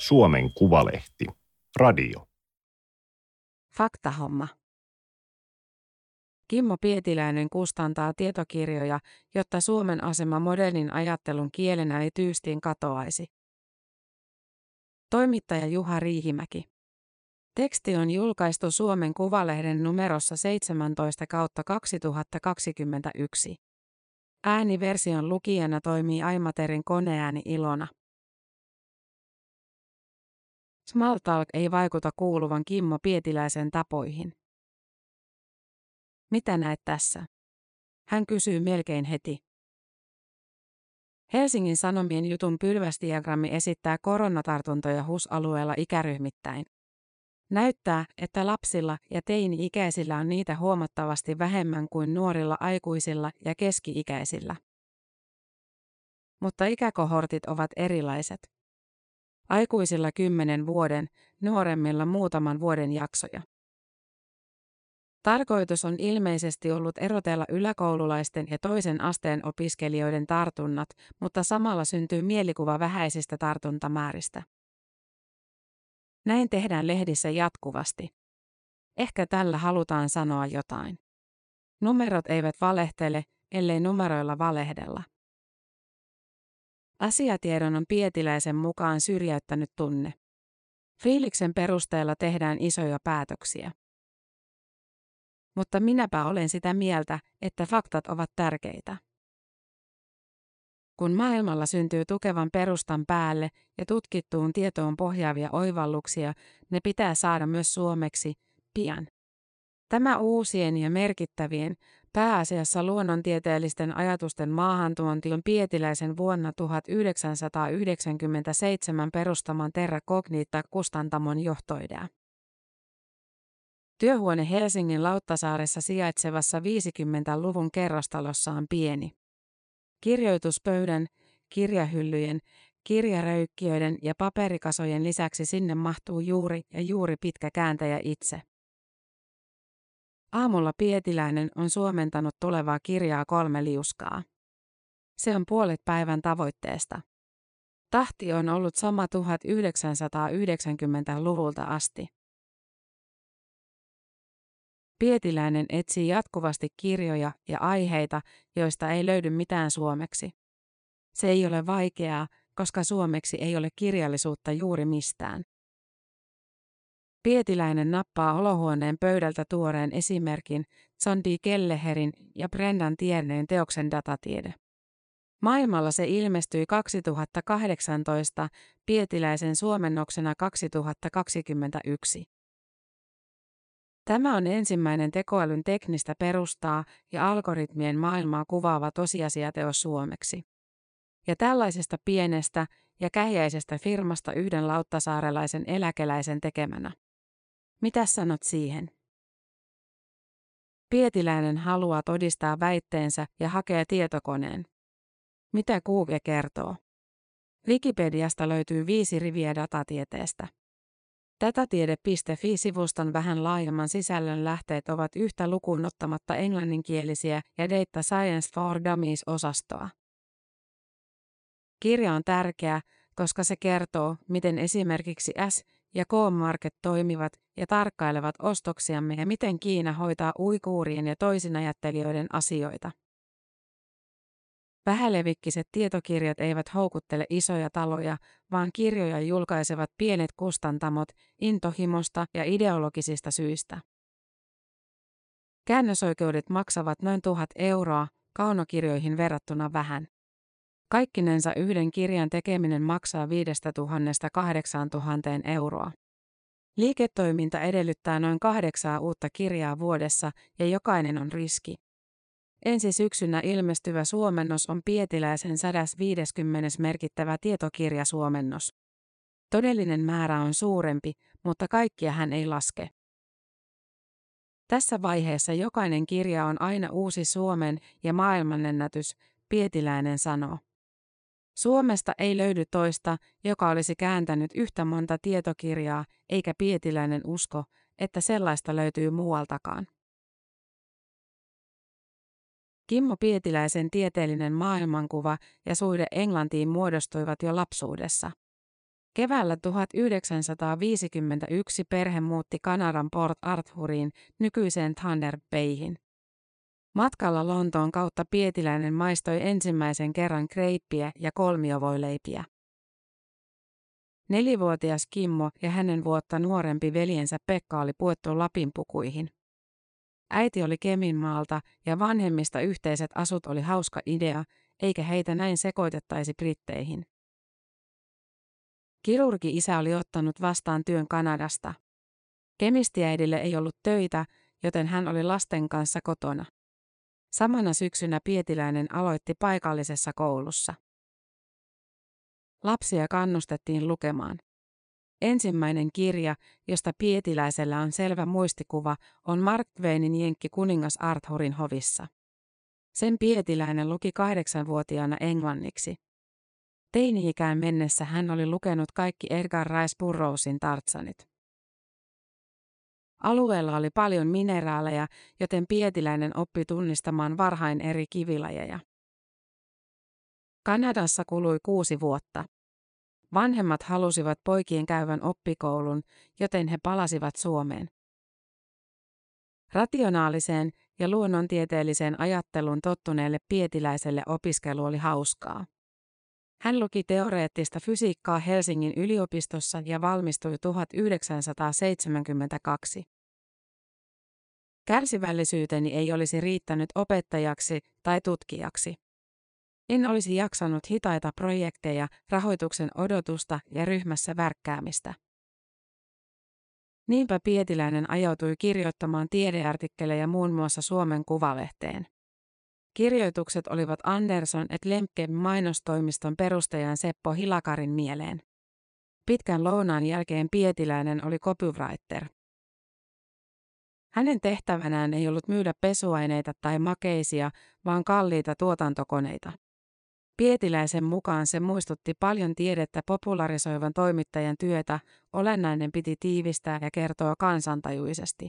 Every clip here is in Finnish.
Suomen Kuvalehti. Radio. Faktahomma. Kimmo Pietiläinen kustantaa tietokirjoja, jotta Suomen asema modernin ajattelun kielenä ei tyystin katoaisi. Toimittaja Juha Riihimäki. Teksti on julkaistu Suomen Kuvalehden numerossa 17/2021. Ääniversion lukijana toimii Aimaterin koneääni Ilona. Small talk ei vaikuta kuuluvan Kimmo Pietiläisen tapoihin. Mitä näet tässä? Hän kysyy melkein heti. Helsingin Sanomien jutun pylväsdiagrammi esittää koronatartuntoja HUS-alueella ikäryhmittäin. Näyttää, että lapsilla ja teini-ikäisillä on niitä huomattavasti vähemmän kuin nuorilla aikuisilla ja keski-ikäisillä. Mutta ikäkohortit ovat erilaiset. Aikuisilla 10 vuoden, nuoremmilla muutaman vuoden jaksoja. Tarkoitus on ilmeisesti ollut erotella yläkoululaisten ja toisen asteen opiskelijoiden tartunnat, mutta samalla syntyy mielikuva vähäisistä tartuntamääristä. Näin tehdään lehdissä jatkuvasti. Ehkä tällä halutaan sanoa jotain. Numerot eivät valehtele, ellei numeroilla valehdella. Asiatiedon on Pietiläisen mukaan syrjäyttänyt tunne. Fiiliksen perusteella tehdään isoja päätöksiä. Mutta minäpä olen sitä mieltä, että faktat ovat tärkeitä. Kun maailmalla syntyy tukevan perustan päälle ja tutkittuun tietoon pohjaavia oivalluksia, ne pitää saada myös suomeksi, pian. Tämä uusien ja merkittävien, pääasiassa luonnontieteellisten ajatusten maahantuonti on Pietiläisen vuonna 1997 perustaman Terra Cognita-kustantamon johtoidea. Työhuone Helsingin Lauttasaaressa sijaitsevassa 50-luvun kerrostalossa on pieni. Kirjoituspöydän, kirjahyllyjen, kirjaröykkiöiden ja paperikasojen lisäksi sinne mahtuu juuri pitkä kääntäjä itse. Aamulla Pietiläinen on suomentanut tulevaa kirjaa 3 liuskaa. Se on puolet päivän tavoitteesta. Tahti on ollut sama 1990-luvulta asti. Pietiläinen etsii jatkuvasti kirjoja ja aiheita, joista ei löydy mitään suomeksi. Se ei ole vaikeaa, koska suomeksi ei ole kirjallisuutta juuri mistään. Pietiläinen nappaa olohuoneen pöydältä tuoreen esimerkin John D. Kelleherin ja Brendan Tierneen teoksen Datatiede. Maailmalla se ilmestyi 2018, Pietiläisen suomennoksena 2021. Tämä on ensimmäinen tekoälyn teknistä perustaa ja algoritmien maailmaa kuvaava tosiasiateos suomeksi. Ja tällaisesta pienestä ja kähjäisestä firmasta yhden lauttasaarelaisen eläkeläisen tekemänä. Mitä sanot siihen? Pietiläinen haluaa todistaa väitteensä ja hakee tietokoneen. Mitä Google kertoo? Wikipediasta löytyy 5 riviä datatieteestä. Datatiede.fi-sivuston vähän laajemman sisällön lähteet ovat yhtä lukuun ottamatta englanninkielisiä ja Data Science for Dummies-osastoa. Kirja on tärkeä, koska se kertoo, miten esimerkiksi S- ja K-market toimivat ja tarkkailevat ostoksiamme ja miten Kiina hoitaa uiguurien ja toisinajattelijoiden asioita. Vähälevikkiset tietokirjat eivät houkuttele isoja taloja, vaan kirjoja julkaisevat pienet kustantamot intohimosta ja ideologisista syistä. Käännösoikeudet maksavat noin 1 000 euroa, kaunokirjoihin verrattuna vähän. Kaikkinensa yhden kirjan tekeminen maksaa 5 000 – 8 000 euroa. Liiketoiminta edellyttää noin 8 uutta kirjaa vuodessa ja jokainen on riski. Ensi syksynä ilmestyvä suomennos on Pietiläisen 150. merkittävä tietokirjasuomennos. Todellinen määrä on suurempi, mutta kaikkia hän ei laske. Tässä vaiheessa jokainen kirja on aina uusi Suomen ja maailmanennätys, Pietiläinen sanoo. Suomesta ei löydy toista, joka olisi kääntänyt yhtä monta tietokirjaa, eikä Pietiläinen usko, että sellaista löytyy muualtakaan. Kimmo Pietiläisen tieteellinen maailmankuva ja suhde Englantiin muodostuivat jo lapsuudessa. Keväällä 1951 perhe muutti Kanadan Port Arthuriin, nykyiseen Thunder Bayhin. Matkalla Lontoon kautta Pietiläinen maistoi ensimmäisen kerran kreippiä ja kolmiovoileipiä. 4-vuotias Kimmo ja hänen vuotta nuorempi veljensä Pekka oli puettu Lapinpukuihin. Äiti oli Keminmaalta ja vanhemmista yhteiset asut oli hauska idea, eikä heitä näin sekoitettaisi britteihin. Kirurgi-isä oli ottanut vastaan työn Kanadasta. Kemistiäidille ei ollut töitä, joten hän oli lasten kanssa kotona. Samana syksynä Pietiläinen aloitti paikallisessa koulussa. Lapsia kannustettiin lukemaan. Ensimmäinen kirja, josta Pietiläisellä on selvä muistikuva, on Mark Twainin jenkki Kuningas Arthurin hovissa. Sen Pietiläinen luki 8-vuotiaana englanniksi. Teini-ikään mennessä hän oli lukenut kaikki Edgar Rice Burroughsin Tarzanit. Alueella oli paljon mineraaleja, joten Pietiläinen oppi tunnistamaan varhain eri kivilajeja. Kanadassa kului 6 vuotta. Vanhemmat halusivat poikien käyvän oppikoulun, joten he palasivat Suomeen. Rationaaliseen ja luonnontieteelliseen ajatteluun tottuneelle Pietiläiselle opiskelu oli hauskaa. Hän luki teoreettista fysiikkaa Helsingin yliopistossa ja valmistui 1972. Kärsivällisyyteni ei olisi riittänyt opettajaksi tai tutkijaksi. En olisi jaksanut hitaita projekteja, rahoituksen odotusta ja ryhmässä värkkäämistä. Niinpä Pietiläinen ajautui kirjoittamaan tiedeartikkeleja muun muassa Suomen Kuvalehteen. Kirjoitukset olivat Anderson et Lemke mainostoimiston perustajan Seppo Hilakarin mieleen. Pitkän lounaan jälkeen Pietiläinen oli copywriter. Hänen tehtävänään ei ollut myydä pesuaineita tai makeisia, vaan kalliita tuotantokoneita. Pietiläisen mukaan se muistutti paljon tiedettä popularisoivan toimittajan työtä, olennainen piti tiivistää ja kertoa kansantajuisesti.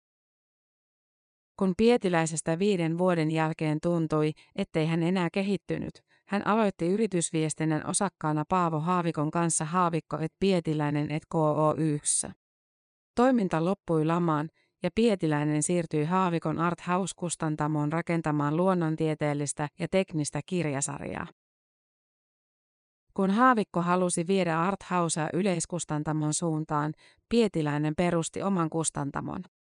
Kun Pietiläisestä 5 vuoden jälkeen tuntui, ettei hän enää kehittynyt, hän aloitti yritysviestinnän osakkaana Paavo Haavikon kanssa Haavikko et Pietiläinen et K.O.Y.ssä. Toiminta loppui lamaan, ja Pietiläinen siirtyi Haavikon Art House-kustantamoon rakentamaan luonnontieteellistä ja teknistä kirjasarjaa. Kun Haavikko halusi viedä Art Housea yleiskustantamon suuntaan, Pietiläinen perusti oman kustantamon.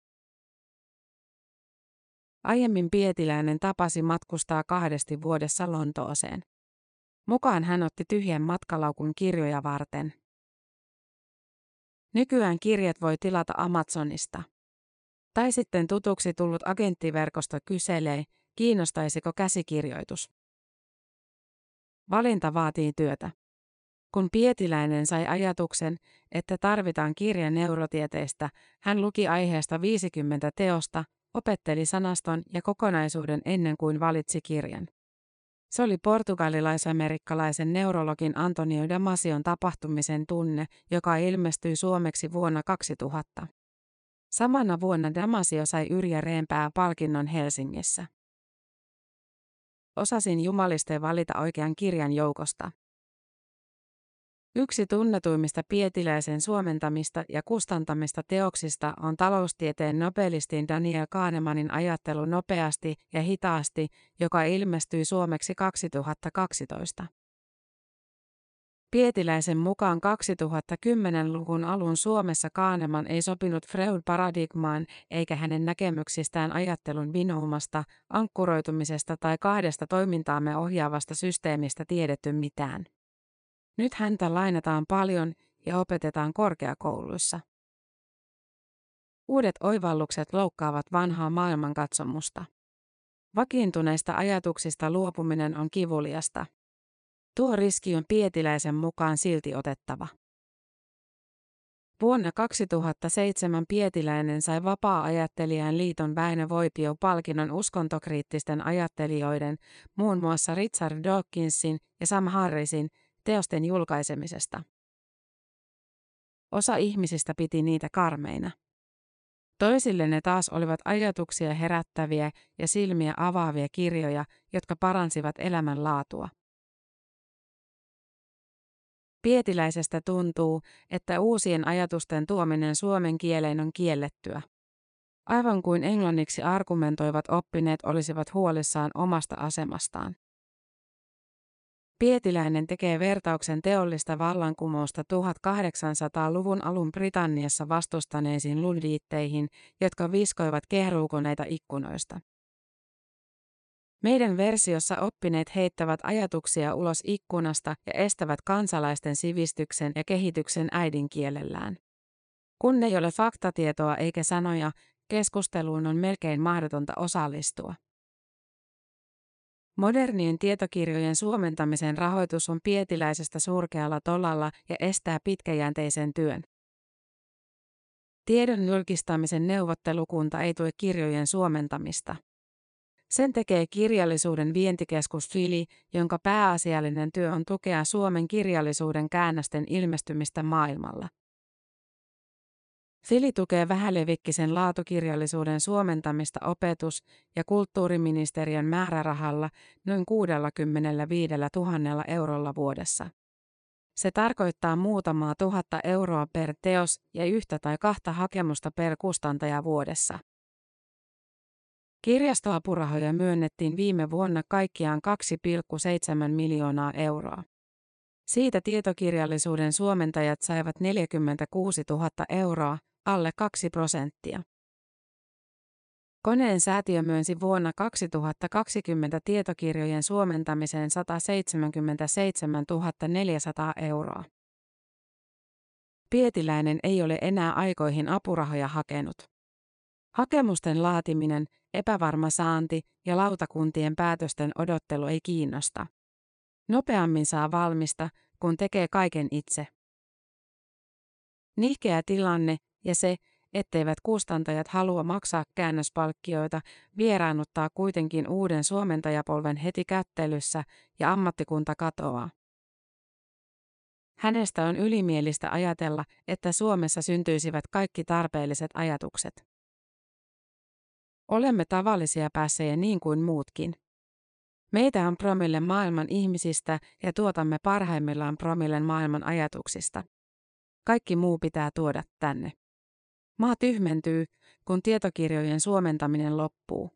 Aiemmin Pietiläinen tapasi matkustaa 2 vuodessa Lontooseen. Mukaan hän otti tyhjän matkalaukun kirjoja varten. Nykyään kirjat voi tilata Amazonista. Tai sitten tutuksi tullut agenttiverkosto kyselee, kiinnostaisiko käsikirjoitus. Valinta vaatii työtä. Kun Pietiläinen sai ajatuksen, että tarvitaan kirja neurotieteistä, hän luki aiheesta 50 teosta, opetteli sanaston ja kokonaisuuden ennen kuin valitsi kirjan. Se oli portugalilais-amerikkalaisen neurologin Antonio Damasion tapahtumisen tunne, joka ilmestyi suomeksi vuonna 2000. Samana vuonna Damasio sai Yrjö Rehnpää-palkinnon Helsingissä. Osasin jumaliste valita oikean kirjan joukosta. Yksi tunnetuimmista Pietiläisen suomentamista ja kustantamista teoksista on taloustieteen nobelistin Daniel Kahnemanin ajattelu nopeasti ja hitaasti, joka ilmestyi suomeksi 2012. Pietiläisen mukaan 2010-luvun alun Suomessa Kahneman ei sopinut Freud-paradigmaan eikä hänen näkemyksistään ajattelun vinoumasta, ankkuroitumisesta tai 2 toimintaamme ohjaavasta systeemistä tiedetty mitään. Nyt häntä lainataan paljon ja opetetaan korkeakouluissa. Uudet oivallukset loukkaavat vanhaa maailmankatsomusta. Vakiintuneista ajatuksista luopuminen on kivuliasta. Tuo riski on Pietiläisen mukaan silti otettava. Vuonna 2007 Pietiläinen sai Vapaa-ajattelijain liiton Väinö Voipio-palkinnon uskontokriittisten ajattelijoiden, muun muassa Richard Dawkinsin ja Sam Harrisin, teosten julkaisemisesta. Osa ihmisistä piti niitä karmeina. Toisille ne taas olivat ajatuksia herättäviä ja silmiä avaavia kirjoja, jotka paransivat elämänlaatua. Pietiläisestä tuntuu, että uusien ajatusten tuominen suomen kieleen on kiellettyä. Aivan kuin englanniksi argumentoivat oppineet olisivat huolissaan omasta asemastaan. Pietiläinen tekee vertauksen teollista vallankumousta 1800-luvun alun Britanniassa vastustaneisiin luddiitteihin, jotka viskoivat kehruukoneita ikkunoista. Meidän versiossa oppineet heittävät ajatuksia ulos ikkunasta ja estävät kansalaisten sivistyksen ja kehityksen äidinkielellään. Kun ei ole faktatietoa eikä sanoja, keskusteluun on melkein mahdotonta osallistua. Modernien tietokirjojen suomentamisen rahoitus on Pietiläisestä surkealla tolalla ja estää pitkäjänteisen työn. Tiedon julkistamisen neuvottelukunta ei tue kirjojen suomentamista. Sen tekee kirjallisuuden vientikeskus FILI, jonka pääasiallinen työ on tukea suomen kirjallisuuden käännösten ilmestymistä maailmalla. FILI tukee vähälevikkisen laatukirjallisuuden suomentamista opetus- ja kulttuuriministeriön määrärahalla noin 65 000 eurolla vuodessa. Se tarkoittaa muutamaa tuhatta euroa per teos ja 1 tai 2 hakemusta per kustantaja vuodessa. Kirjastoapurahoja myönnettiin viime vuonna kaikkiaan 2,7 miljoonaa euroa. Siitä tietokirjallisuuden suomentajat saivat 46 000 euroa, alle 2%. Koneen säätiö myönsi vuonna 2020 tietokirjojen suomentamiseen 177 400 euroa. Pietiläinen ei ole enää aikoihin apurahoja hakenut. Hakemusten laatiminen, epävarma saanti ja lautakuntien päätösten odottelu ei kiinnosta. Nopeammin saa valmista, kun tekee kaiken itse. Nihkeä tilanne ja se, etteivät kustantajat halua maksaa käännöspalkkioita, vieraannuttaa kuitenkin uuden suomentajapolven heti kättelyssä ja ammattikunta katoaa. Hänestä on ylimielistä ajatella, että Suomessa syntyisivät kaikki tarpeelliset ajatukset. Olemme tavallisia päässejä niin kuin muutkin. Meitä on promille maailman ihmisistä ja tuotamme parhaimmillaan promillen maailman ajatuksista. Kaikki muu pitää tuoda tänne. Maa tyhmentyy, kun tietokirjojen suomentaminen loppuu.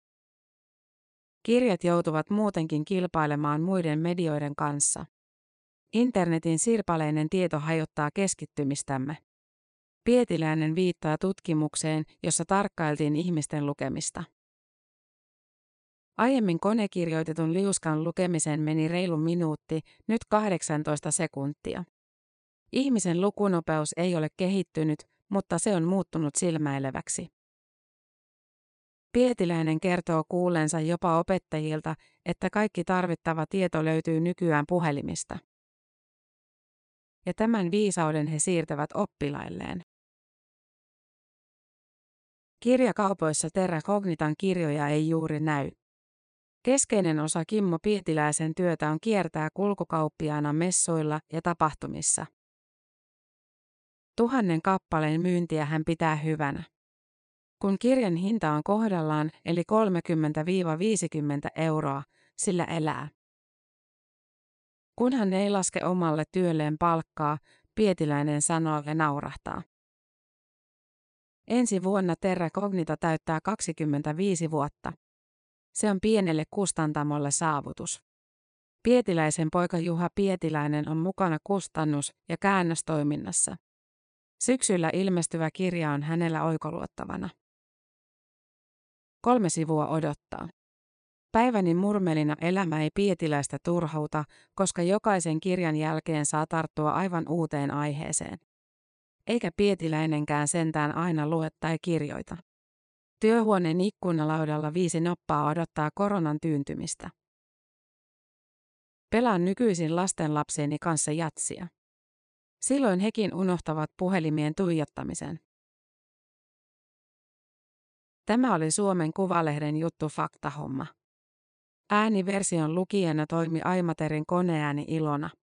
Kirjat joutuvat muutenkin kilpailemaan muiden medioiden kanssa. Internetin sirpaleinen tieto hajottaa keskittymistämme. Pietiläinen viittaa tutkimukseen, jossa tarkkailtiin ihmisten lukemista. Aiemmin konekirjoitetun liuskan lukemiseen meni reilu minuutti, nyt 18 sekuntia. Ihmisen lukunopeus ei ole kehittynyt, mutta se on muuttunut silmäileväksi. Pietiläinen kertoo kuulleensa jopa opettajilta, että kaikki tarvittava tieto löytyy nykyään puhelimista. Ja tämän viisauden he siirtävät oppilailleen. Kirjakaupoissa Terra Cognitan kirjoja ei juuri näy. Keskeinen osa Kimmo Pietiläisen työtä on kiertää kulkukauppiaana messuilla ja tapahtumissa. 1000 kappaleen myyntiä hän pitää hyvänä. Kun kirjan hinta on kohdallaan, eli 30–50 euroa, sillä elää. Kun hän ei laske omalle työlleen palkkaa, Pietiläinen sanoo ja naurahtaa. Ensi vuonna Terra Cognita täyttää 25 vuotta. Se on pienelle kustantamolle saavutus. Pietiläisen poika Juha Pietiläinen on mukana kustannus- ja käännöstoiminnassa. Syksyllä ilmestyvä kirja on hänellä oikoluottavana. 3 sivua odottaa. Päiväni murmelina elämä ei Pietiläistä turhauta, koska jokaisen kirjan jälkeen saa tarttua aivan uuteen aiheeseen. Eikä Pietiläinenkään sentään aina lue tai kirjoita. Työhuoneen ikkunalaudalla 5 noppaa odottaa koronan tyyntymistä. Pelaan nykyisin lastenlapsieni kanssa jatsia. Silloin hekin unohtavat puhelimien tuijottamisen. Tämä oli Suomen Kuvalehden juttu faktahomma. Ääniversion lukijana toimi Aimaterin koneääni Ilona.